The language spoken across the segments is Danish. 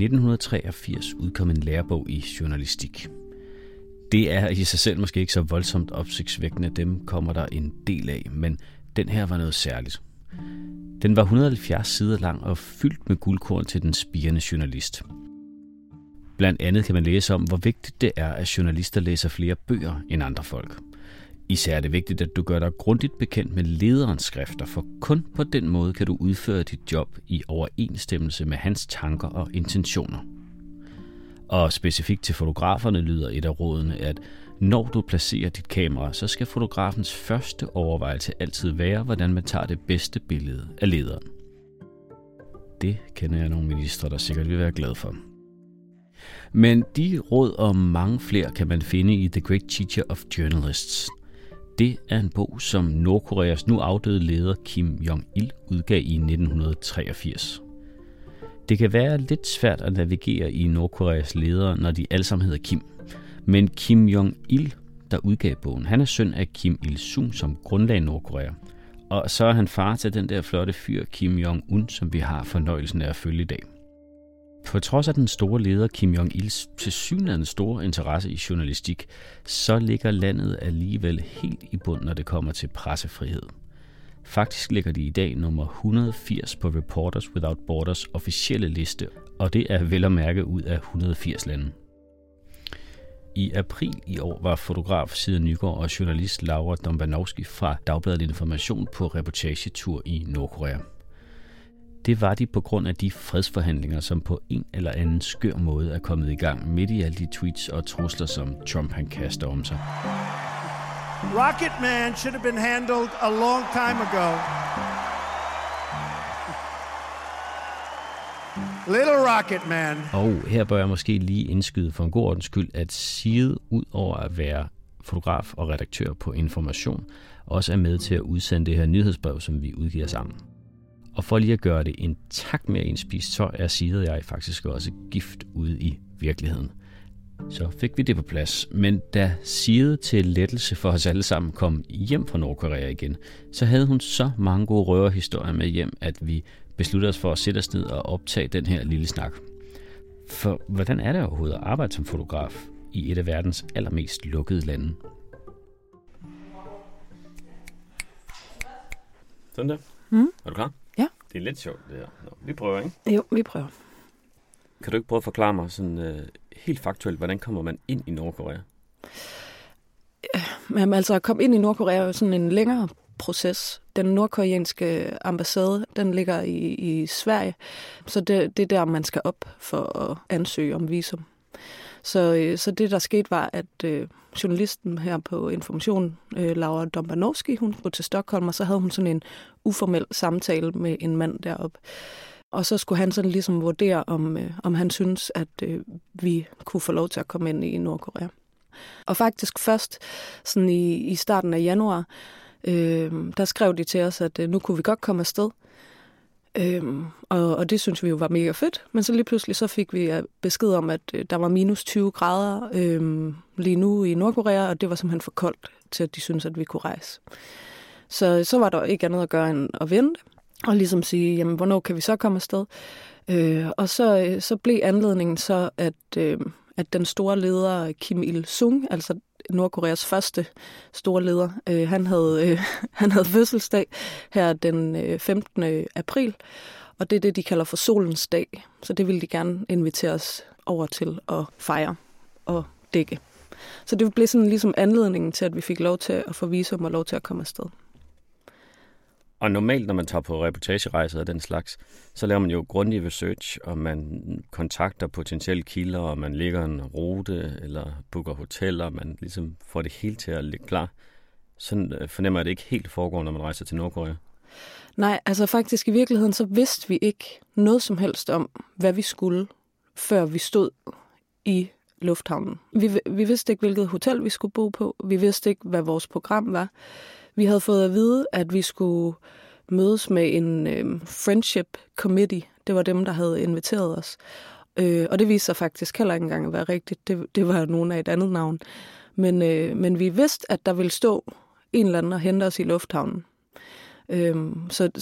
1983 udkom en lærebog i journalistik. Det er i sig selv måske ikke så voldsomt opsigtsvækkende, dem kommer der en del af, men den her var noget særligt. Den var 170 sider lang og fyldt med guldkorn til den spirende journalist. Blandt andet kan man læse om, hvor vigtigt det er, at journalister læser flere bøger end andre folk. Især er det vigtigt, at du gør dig grundigt bekendt med lederens skrifter, for kun på den måde kan du udføre dit job i overensstemmelse med hans tanker og intentioner. Og specifikt til fotograferne lyder et af rådene, at når du placerer dit kamera, så skal fotografens første overvejelse altid være, hvordan man tager det bedste billede af lederen. Det kender jeg nogle ministre, der sikkert vil være glade for. Men de råd og mange flere kan man finde i The Great Teacher of Journalists. Det er en bog, som Nordkoreas nu afdøde leder Kim Jong-il udgav i 1983. Det kan være lidt svært at navigere i Nordkoreas ledere, når de alle sammen hedder Kim. Men Kim Jong-il, der udgav bogen, han er søn af Kim Il-sung, som grundlagde Nordkorea. Og så er han far til den der flotte fyr Kim Jong-un, som vi har fornøjelsen af at følge i dag. På trods af den store leder Kim Jong-ils tilsyneladende store interesse i journalistik, så ligger landet alligevel helt i bund, når det kommer til pressefrihed. Faktisk ligger de i dag nummer 180 på Reporters Without Borders officielle liste, og det er vel at mærke ud af 180 lande. I april i år var fotograf Side Nygaard og journalist Laura Dombanovski fra Dagbladet Information på reportagetur i Nordkorea. Det var de på grund af de fredsforhandlinger, som på en eller anden skør måde er kommet i gang midt i alle de tweets og trusler, som Trump han kaster om sig. Rocket Man should have been handled a long time ago. Little Rocket Man. Og her bør jeg måske lige indskyde for en god ordens skyld, at Side ud over at være fotograf og redaktør på Information, også er med til at udsende det her nyhedsbrev, som vi udgiver sammen. Og for lige at gøre det en tak mere indspist, så er Side og jeg faktisk også gift ude i virkeligheden. Så fik vi det på plads. Men da Side til lettelse for os alle sammen kom hjem fra Nordkorea igen, så havde hun så mange gode røverhistorier med hjem, at vi besluttede os for at sætte os ned og optage den her lille snak. For hvordan er det overhovedet at arbejde som fotograf i et af verdens allermest lukkede lande? Sådan der. Er du klar? Ja. Det er lidt sjovt det her. Nå, vi prøver, ikke? Jo, vi prøver. Kan du ikke prøve at forklare mig sådan helt faktuelt, hvordan kommer man ind i Nordkorea? Jamen, altså at komme ind i Nordkorea er jo sådan en længere proces. Den nordkoreanske ambassade, den ligger i Sverige, så det er der, man skal op for at ansøge om visum. Så det, der skete, var, at journalisten her på Information, Laura Dombanovski, hun skulle til Stockholm, og så havde hun sådan en uformel samtale med en mand deroppe. Og så skulle han sådan ligesom vurdere, om han synes, at vi kunne få lov til at komme ind i Nordkorea. Og faktisk først sådan i starten af januar, der skrev de til os, at nu kunne vi godt komme afsted. Og det synes vi jo var mega fedt. Men så lige pludselig så fik vi besked om, at der var minus 20 grader lige nu i Nordkorea, og det var simpelthen for koldt til, at de syntes, at vi kunne rejse. Så var der ikke andet at gøre end at vente, og ligesom sige, jamen, hvornår kan vi så komme afsted? Og så blev anledningen så, at den store leder Kim Il-sung, altså Nordkoreas første store leder, han havde fødselsdag her den 15. april, og det er det, de kalder for solens dag. Så det ville de gerne invitere os over til at fejre og dække. Så det blev sådan ligesom anledningen til, at vi fik lov til at få visum og lov til at komme afsted. Og normalt, når man tager på reportagerejser af den slags, så laver man jo grundig research, og man kontakter potentielle kilder, og man lægger en rute, eller booker hoteller, og man ligesom får det hele til at ligge klar. Sådan fornemmer jeg, at det ikke helt foregår, når man rejser til Nordkorea. Nej, altså faktisk i virkeligheden, så vidste vi ikke noget som helst om, hvad vi skulle, før vi stod i lufthavnen. Vi vidste ikke, hvilket hotel vi skulle bo på. Vi vidste ikke, hvad vores program var. Vi havde fået at vide, at vi skulle mødes med en friendship committee. Det var dem, der havde inviteret os. Og det viste sig faktisk heller ikke engang at være rigtigt. Det var nogen af et andet navn. Men vi vidste, at der ville stå en eller anden og hente os i lufthavnen. Så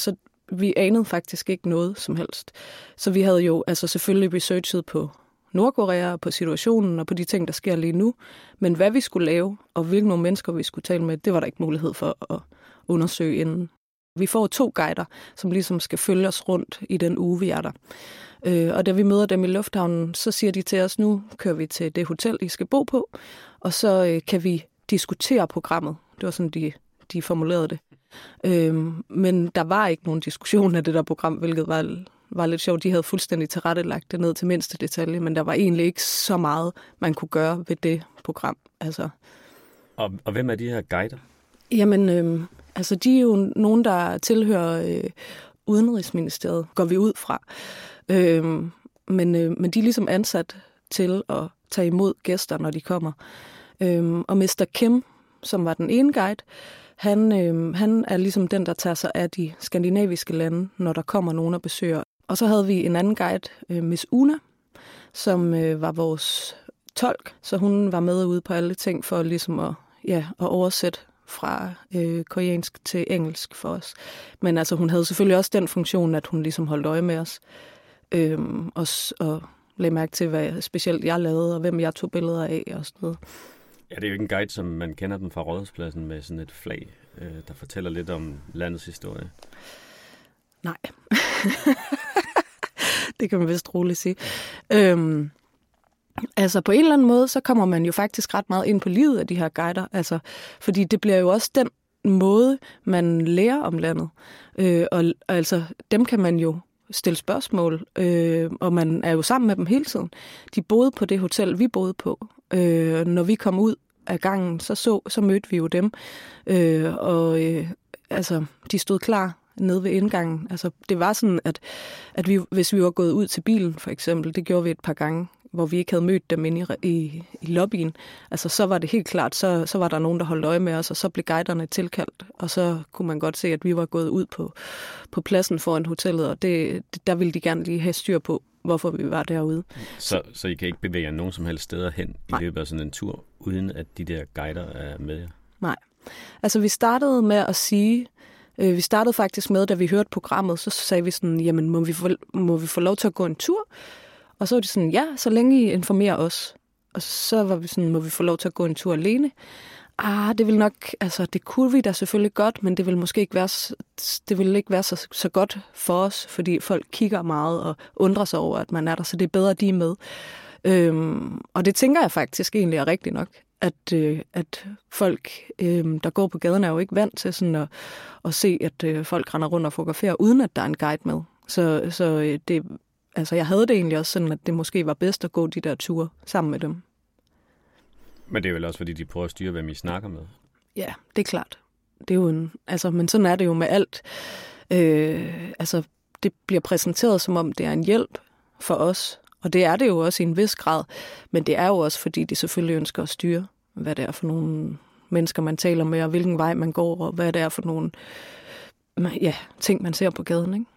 vi anede faktisk ikke noget som helst. Så vi havde jo altså selvfølgelig researchet på Nordkorea, på situationen og på de ting, der sker lige nu. Men hvad vi skulle lave, og hvilke nogle mennesker vi skulle tale med, det var der ikke mulighed for at undersøge inden. Vi får 2 guider, som ligesom skal følge os rundt i den uge, vi er der. Og da vi møder dem i lufthavnen, så siger de til os, nu kører vi til det hotel, I skal bo på, og så kan vi diskutere programmet. Det var sådan, de formulerede det. Men der var ikke nogen diskussion af det der program, hvilket var lidt sjovt. De havde fuldstændig tilrettelagt det ned til mindste detalje, men der var egentlig ikke så meget, man kunne gøre ved det program. Altså. Og hvem er de her guider? Jamen, altså de er jo nogen, der tilhører Udenrigsministeriet, går vi ud fra. Men de er ligesom ansat til at tage imod gæster, når de kommer. Og Mr. Kim, som var den ene guide, han er ligesom den, der tager sig af de skandinaviske lande, når der kommer nogen og besøger. Og så havde vi en anden guide, Miss Una, som var vores tolk, så hun var med ude på alle ting for ligesom at oversætte fra koreansk til engelsk for os. Men altså, hun havde selvfølgelig også den funktion, at hun ligesom holdt øje med os. Og lagde mærke til, hvad specielt jeg lavede, og hvem jeg tog billeder af og sådan noget. Ja, det er jo ikke en guide, som man kender den fra Rådhuspladsen med sådan et flag, der fortæller lidt om landets historie. Nej. Det kan man vist roligt sige. Altså på en eller anden måde, så kommer man jo faktisk ret meget ind på livet af de her guider. Altså, fordi det bliver jo også den måde, man lærer om landet. Og altså, dem kan man jo stille spørgsmål, og man er jo sammen med dem hele tiden. De boede på det hotel, vi boede på. Når vi kom ud af gangen, så mødte vi jo dem. Altså, de stod klar nede ved indgangen. Altså, det var sådan, at hvis vi var gået ud til bilen, for eksempel, det gjorde vi et par gange, hvor vi ikke havde mødt dem inde i lobbyen, altså så var det helt klart, så var der nogen, der holdt øje med os, og så blev guiderne tilkaldt, og så kunne man godt se, at vi var gået ud på pladsen foran hotellet, og der ville de gerne lige have styr på, hvorfor vi var derude. Så I kan ikke bevæge jer nogen som helst steder hen i løbet af sådan en tur, uden at de der guider er med jer? Nej. Altså vi startede med at sige, vi startede faktisk med, da vi hørte programmet, så sagde vi sådan, jamen må vi få lov til at gå en tur? Og så var de sådan, ja, så længe I informerer os. Og så var vi sådan, må vi få lov til at gå en tur alene? Det vil nok, altså det kunne vi da selvfølgelig godt, men det vil måske ikke være, så godt for os, fordi folk kigger meget og undrer sig over, at man er der, så det er bedre, at de er med. Og det tænker jeg faktisk egentlig er rigtigt nok, at folk, der går på gaden, er jo ikke vant til sådan at se, at folk render rundt og fotograferer, uden at der er en guide med. Så det, altså jeg havde det egentlig også sådan, at det måske var bedst at gå de der ture sammen med dem. Men det er vel også, fordi de prøver at styre, hvem I snakker med? Ja, det er klart. Det er jo men sådan er det jo med alt. Altså, det bliver præsenteret, som om det er en hjælp for os. Og det er det jo også i en vis grad. Men det er jo også, fordi de selvfølgelig ønsker at styre, hvad det er for nogle mennesker, man taler med, og hvilken vej man går, og hvad det er for nogle ting, man ser på gaden, ikke?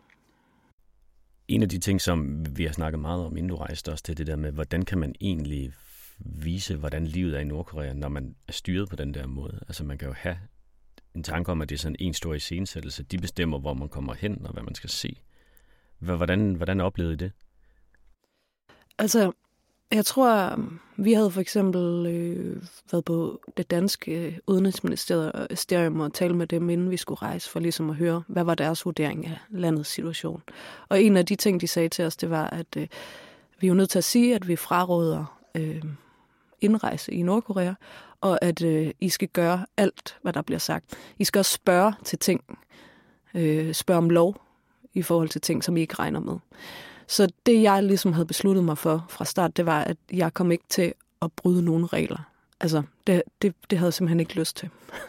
En af de ting, som vi har snakket meget om, inden du rejste os til det der med, hvordan kan man egentlig vise, hvordan livet er i Nordkorea, når man er styret på den der måde. Altså man kan jo have en tanke om, at det er sådan en stor iscenesættelse. De bestemmer, hvor man kommer hen, og hvad man skal se. Hvordan oplevede I det? Altså, jeg tror, vi havde for eksempel været på det danske udenrigsministerium og tale med dem, inden vi skulle rejse, for ligesom at høre, hvad var deres vurdering af landets situation. Og en af de ting, de sagde til os, det var, at vi er jo nødt til at sige, at vi fraråder indrejse i Nordkorea, og at I skal gøre alt, hvad der bliver sagt. I skal også spørge til ting, spørge om lov i forhold til ting, som I ikke regner med. Så det, jeg ligesom havde besluttet mig for fra start, det var, at jeg kom ikke til at bryde nogen regler. Altså, det havde jeg simpelthen ikke lyst til.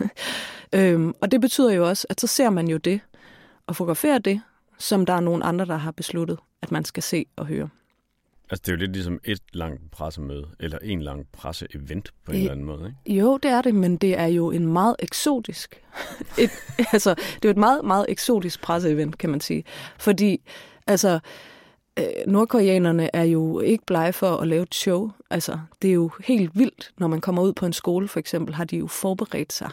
Og det betyder jo også, at så ser man jo det, og fotograferer det, som der er nogen andre, der har besluttet, at man skal se og høre. Altså, det er jo lidt ligesom et langt pressemøde, eller en lang presseevent på en eller anden måde, ikke? Jo, det er det, men det er jo en meget eksotisk... det er jo et meget, meget eksotisk presseevent, kan man sige. Fordi, altså... Nordkoreanerne er jo ikke blege for at lave et show. Altså, det er jo helt vildt, når man kommer ud på en skole, for eksempel, har de jo forberedt sig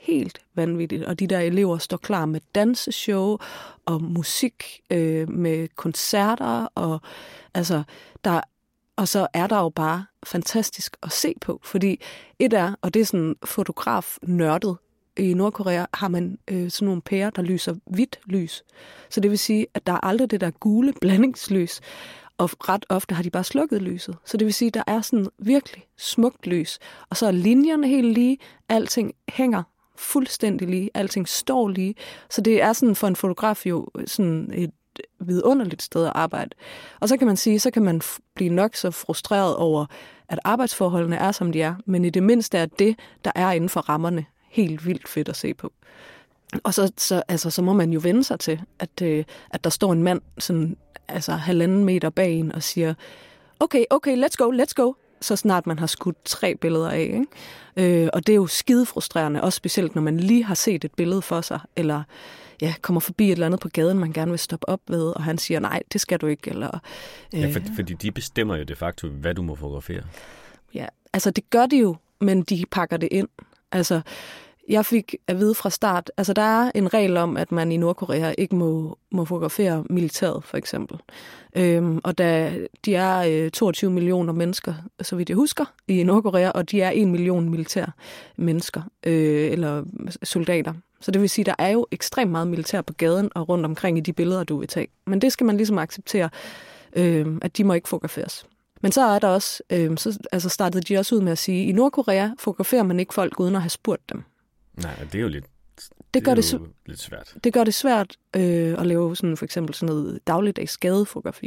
helt vanvittigt. Og de der elever står klar med danseshow og musik, med koncerter, og altså, og så er der jo bare fantastisk at se på, fordi og det er sådan fotograf-nørdet, i Nordkorea har man sådan nogle pærer, der lyser hvidt lys. Så det vil sige, at der er aldrig det der gule blandingslys, og ret ofte har de bare slukket lyset. Så det vil sige, at der er sådan virkelig smukt lys, og så er linjerne helt lige, alting hænger fuldstændig lige, alting står lige. Så det er sådan for en fotograf jo sådan et vidunderligt sted at arbejde. Og så kan man sige, så kan man blive nok så frustreret over, at arbejdsforholdene er, som de er, men i det mindste er det, der er inden for rammerne, helt vildt fedt at se på. Og så må man jo vende sig til, at der står en mand sådan, 1,5 meter bag en og siger, okay, let's go, så snart man har skudt 3 billeder af. Ikke? Og det er jo skide frustrerende, også specielt når man lige har set et billede for sig, eller kommer forbi et eller andet på gaden, man gerne vil stoppe op ved, og han siger, nej, det skal du ikke. Eller, fordi de bestemmer jo de facto, hvad du må fotografere. Ja, altså det gør de jo, men de pakker det ind. Altså, jeg fik at vide fra start, altså der er en regel om, at man i Nordkorea ikke må fotografere militæret, for eksempel. Og da de er 22 millioner mennesker, så vidt jeg husker, i Nordkorea, og de er 1 million militær mennesker, eller soldater. Så det vil sige, der er jo ekstremt meget militær på gaden og rundt omkring i de billeder, du vil tage. Men det skal man ligesom acceptere, at de må ikke fotograferes. Men så er der også, så startede de også ud med at sige, at i Nordkorea fotograferer man ikke folk uden at have spurgt dem. Nej, det er jo lidt, lidt svært. Det gør det svært at lave sådan, for eksempel sådan noget dagligdags gadefotografi.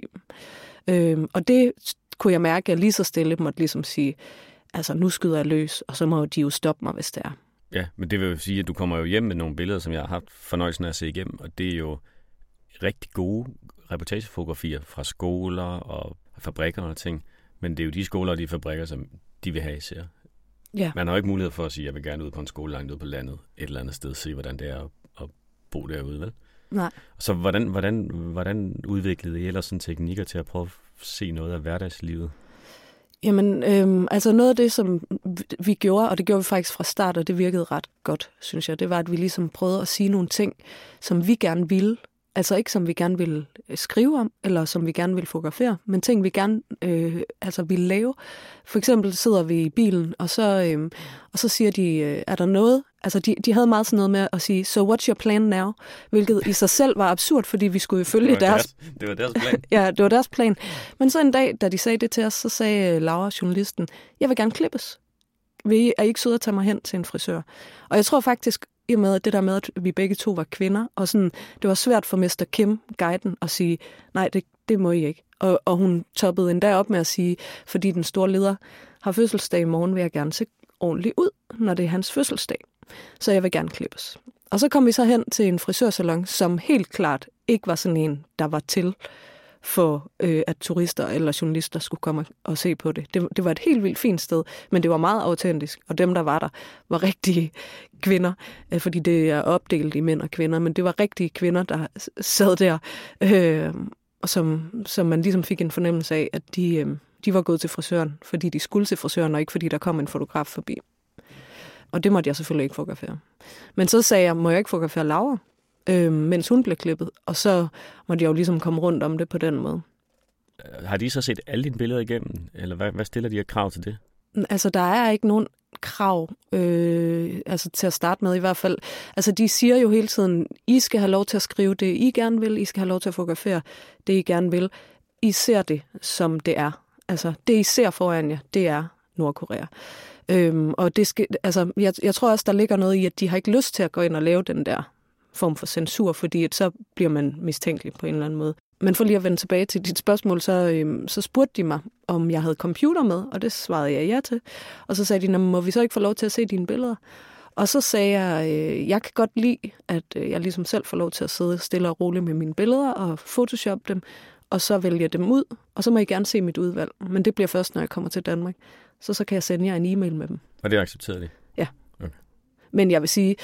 Og det kunne jeg mærke, at jeg lige så stille måtte ligesom sige, altså nu skyder jeg løs, og så må de jo stoppe mig, hvis det er. Ja, men det vil jo sige, at du kommer jo hjem med nogle billeder, som jeg har haft fornøjelsen af at se igennem, og det er jo rigtig gode reportagefotografier fra skoler og fabrikker og ting. Men det er jo de skoler og de fabrikker, som de vil have især. Ja. Man har jo ikke mulighed for at sige, at jeg vil gerne ud på en skole langt ude på landet, et eller andet sted, se hvordan det er at bo derude, vel? Nej. Så hvordan udviklede I ellers sådan teknikker til at prøve at se noget af hverdagslivet? Jamen, altså noget af det, som vi gjorde, og det gjorde vi faktisk fra start, og det virkede ret godt, synes jeg, det var, at vi ligesom prøvede at sige nogle ting, som vi gerne ville. Altså ikke som vi gerne ville skrive om, eller som vi gerne ville fotografere, men ting vi gerne ville lave. For eksempel sidder vi i bilen, og så siger de, er der noget? Altså de havde meget sådan noget med at sige, so what's your plan now? Hvilket i sig selv var absurd, fordi vi skulle følge deres... Det var deres plan. Ja, det var deres plan. Men så en dag, da de sagde det til os, så sagde Laura, journalisten, jeg vil gerne klippes. Er I ikke søde at tage mig hen til en frisør? Og jeg tror faktisk, i og med det der med, at vi begge to var kvinder, og sådan, det var svært for Mr. Kim, guiden, at sige, nej, det må I ikke. Og hun toppede endda op med at sige, fordi den store leder har fødselsdag i morgen, vil jeg gerne se ordentligt ud, når det er hans fødselsdag. Så jeg vil gerne klippes. Og så kom vi så hen til en frisørsalon, som helt klart ikke var sådan en, der var til for, at turister eller journalister skulle komme og se på det. Det var et helt vildt fint sted, men det var meget autentisk, og dem, der var der, var rigtige kvinder, fordi det er opdelt i mænd og kvinder, men det var rigtige kvinder, der sad der, og som man ligesom fik en fornemmelse af, at de var gået til frisøren, fordi de skulle til frisøren, og ikke fordi der kom en fotograf forbi. Og det måtte jeg selvfølgelig ikke fotografere. Men så sagde jeg, må jeg ikke fotografere Laura? Mens hun blev klippet, og så måtte jeg jo ligesom komme rundt om det på den måde. Har de så set alle dine billeder igennem, eller hvad stiller de her krav til det? Altså, der er ikke nogen krav, til at starte med i hvert fald. Altså, de siger jo hele tiden, I skal have lov til at skrive det, I gerne vil, I skal have lov til at fotografere det, I gerne vil. I ser det, som det er. Altså, det I ser foran jer, det er Nordkorea. Og det skal, altså, jeg tror også, der ligger noget i, at de har ikke lyst til at gå ind og lave den der form for censur, fordi så bliver man mistænkelig på en eller anden måde. Men for lige at vende tilbage til dit spørgsmål, så spurgte de mig, om jeg havde computer med, og det svarede jeg ja til. Og så sagde de, må vi så ikke få lov til at se dine billeder? Og så sagde jeg kan godt lide, at jeg ligesom selv får lov til at sidde stille og roligt med mine billeder og photoshoppe dem, og så vælge dem ud, og så må I gerne se mit udvalg. Men det bliver først, når jeg kommer til Danmark. Så kan jeg sende jer en e-mail med dem. Og det accepterede de? Ja. Okay. Men jeg vil sige,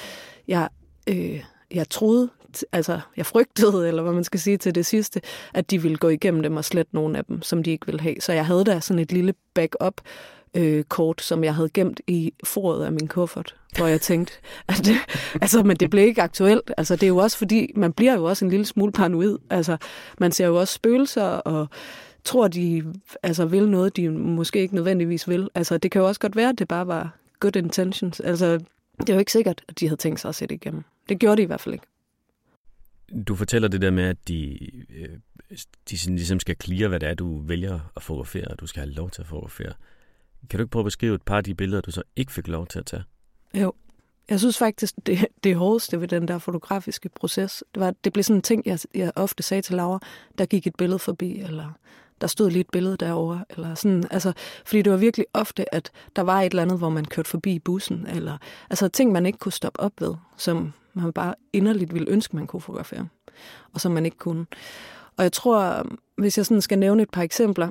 jeg troede, altså jeg frygtede, eller hvad man skal sige til det sidste, at de ville gå igennem dem og slette nogle af dem, som de ikke ville have. Så jeg havde da sådan et lille backup kort, som jeg havde gemt i foret af min kuffert, hvor jeg tænkte, men det blev ikke aktuelt. Altså, det er jo også fordi, man bliver jo også en lille smule paranoid. Altså, man ser jo også spøgelser, og tror, de vil noget, de måske ikke nødvendigvis vil. Altså, det kan jo også godt være, at det bare var good intentions. Altså, det er jo ikke sikkert, at de havde tænkt sig at sætte igennem. Det gjorde de i hvert fald ikke. Du fortæller det der med, at de ligesom skal clear, hvad det er, du vælger at fotografere, og du skal have lov til at fotografere. Kan du ikke prøve at beskrive et par af de billeder, du så ikke fik lov til at tage? Jo. Jeg synes faktisk, det hårdeste ved den der fotografiske proces, det blev sådan en ting, jeg ofte sagde til Laura, der gik et billede forbi, eller der stod lige et billede derovre, eller sådan, altså, fordi det var virkelig ofte, at der var et eller andet, hvor man kørte forbi bussen, eller altså ting, man ikke kunne stoppe op ved, som man bare inderligt ville ønske, man kunne fotografere, og som man ikke kunne. Og jeg tror, hvis jeg sådan skal nævne et par eksempler,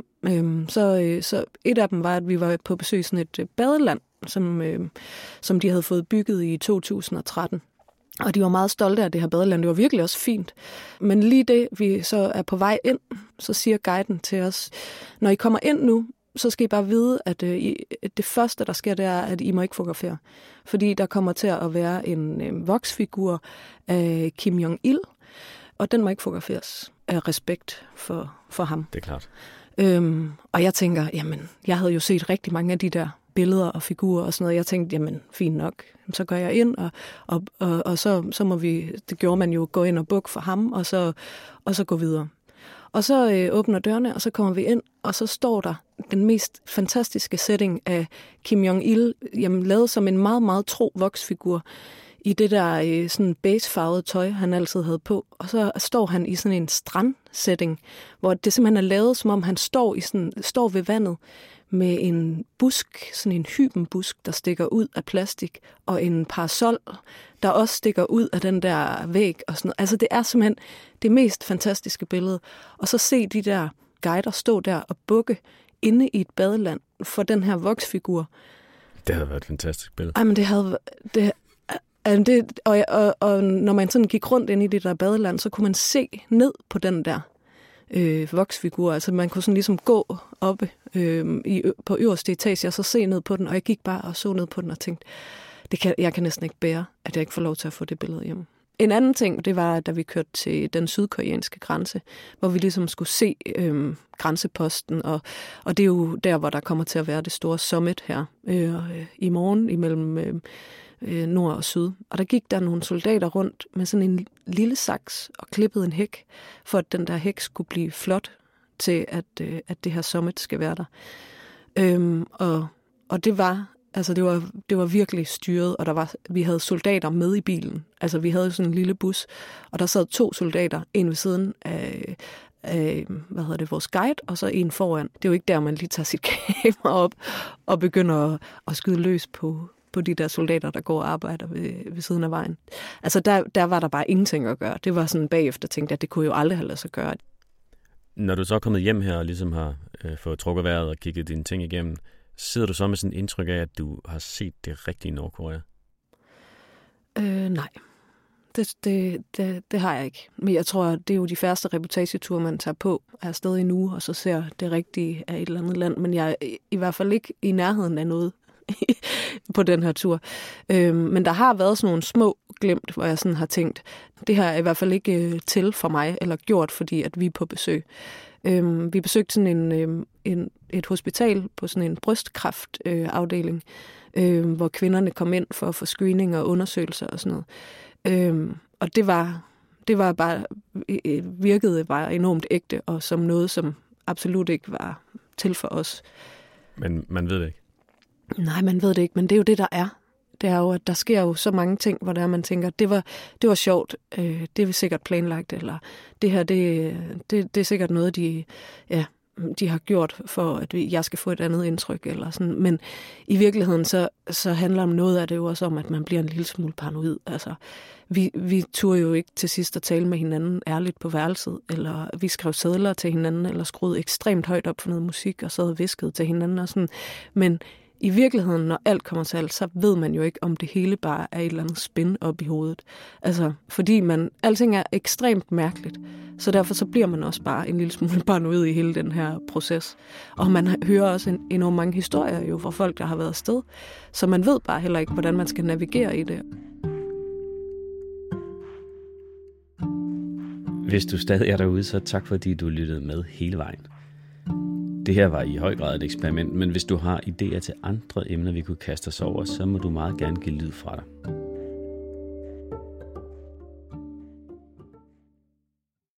så et af dem var, at vi var på besøg i sådan et badeland, som de havde fået bygget i 2013. Og de var meget stolte af det her badeland. Det var virkelig også fint. Men lige det, vi så er på vej ind, så siger guiden til os, når I kommer ind nu, så skal I bare vide, at det første, der sker, det er, at I må ikke fotografere. Fordi der kommer til at være en voksfigur af Kim Jong-il, og den må ikke fotograferes af respekt for ham. Det er klart. Og jeg tænker, jamen, jeg havde jo set rigtig mange af de der billeder og figurer og sådan noget. Jeg tænkte, jamen, fint nok. Så går jeg ind, og så må vi, det gjorde man jo, gå ind og booke for ham, og så gå videre. Og så åbner dørene, og så kommer vi ind, og så står der den mest fantastiske setting af Kim Jong-il, jamen, lavet som en meget, meget tro voksfigur, i det der sådan beigefarvede tøj, han altid havde på. Og så står han i sådan en strandsetting, hvor det simpelthen er lavet, som om han står ved vandet med en busk, sådan en hybenbusk, der stikker ud af plastik, og en parasol, der også stikker ud af den der væg og sådan noget. Altså det er simpelthen det mest fantastiske billede. Og så se de der guider stå der og bukke inde i et badeland for den her voksfigur. Det havde været et fantastisk billede. Ej, men og når man sådan gik rundt ind i det der badeland, så kunne man se ned på den der voksfigur. Altså man kunne sådan ligesom gå oppe på øverste etage og så se ned på den, og jeg gik bare og så ned på den og tænkte, jeg kan næsten ikke bære, at jeg ikke får lov til at få det billede hjem. En anden ting, det var, da vi kørte til den sydkoreanske grænse, hvor vi ligesom skulle se grænseposten, og det er jo der, hvor der kommer til at være det store summit her i morgen imellem nord og syd. Og der gik der nogle soldater rundt med sådan en lille saks og klippede en hæk, for at den der hæk skulle blive flot til, at det her summit skal være der. Og det var, altså det var virkelig styret, og vi havde soldater med i bilen. Altså vi havde sådan en lille bus, og der sad 2 soldater, en ved siden af vores guide, og så en foran. Det er jo ikke der, man lige tager sit kamera op og begynder at skyde løs på de der soldater, der går og arbejder ved siden af vejen. Altså der var der bare ingenting at gøre. Det var sådan bagefter, tænkte jeg, at det kunne jo aldrig have ladet sig gøre. Når du så er kommet hjem her og ligesom har fået trukket vejret og kigget dine ting igennem, sidder du så med sådan et indtryk af, at du har set det rigtige Nordkorea? Nej. Det har jeg ikke. Men jeg tror, det er jo de første reportageture, man tager på, er afsted i en uge, og så ser det rigtige af et eller andet land. Men jeg er i hvert fald ikke i nærheden af noget på den her tur. Men der har været sådan nogle små glimt, hvor jeg sådan har tænkt, det her er i hvert fald ikke til for mig, eller gjort, fordi at vi er på besøg. Vi besøgte sådan et hospital på sådan en brystkræftafdeling, hvor kvinderne kom ind for at få screening og undersøgelser og sådan noget. Og det var bare, virkede bare enormt ægte, og som noget, som absolut ikke var til for os. Men man ved det ikke? Nej, man ved det ikke, men det er jo det, der er. Det er jo, at der sker jo så mange ting, hvor der man tænker, det var sjovt, det er sikkert planlagt, eller det her, det er sikkert noget, de har gjort for, at jeg skal få et andet indtryk, eller sådan. Men i virkeligheden, så handler om noget af det jo også om, at man bliver en lille smule paranoid. Altså, vi turde jo ikke til sidst at tale med hinanden ærligt på værelset, eller vi skrev sedler til hinanden, eller skruede ekstremt højt op for noget musik, og sad og viskede til hinanden og sådan. Men i virkeligheden, når alt kommer til alt, så ved man jo ikke, om det hele bare er et eller andet spin op i hovedet. Altså, fordi alting er ekstremt mærkeligt, så derfor så bliver man også bare en lille smule paranoid i hele den her proces. Og man hører også enormt mange historier jo fra folk, der har været afsted, så man ved bare heller ikke, hvordan man skal navigere i det. Hvis du stadig er derude, så tak fordi du lyttede med hele vejen. Det her var i høj grad et eksperiment, men hvis du har idéer til andre emner, vi kunne kaste os over, så må du meget gerne give lyd fra dig.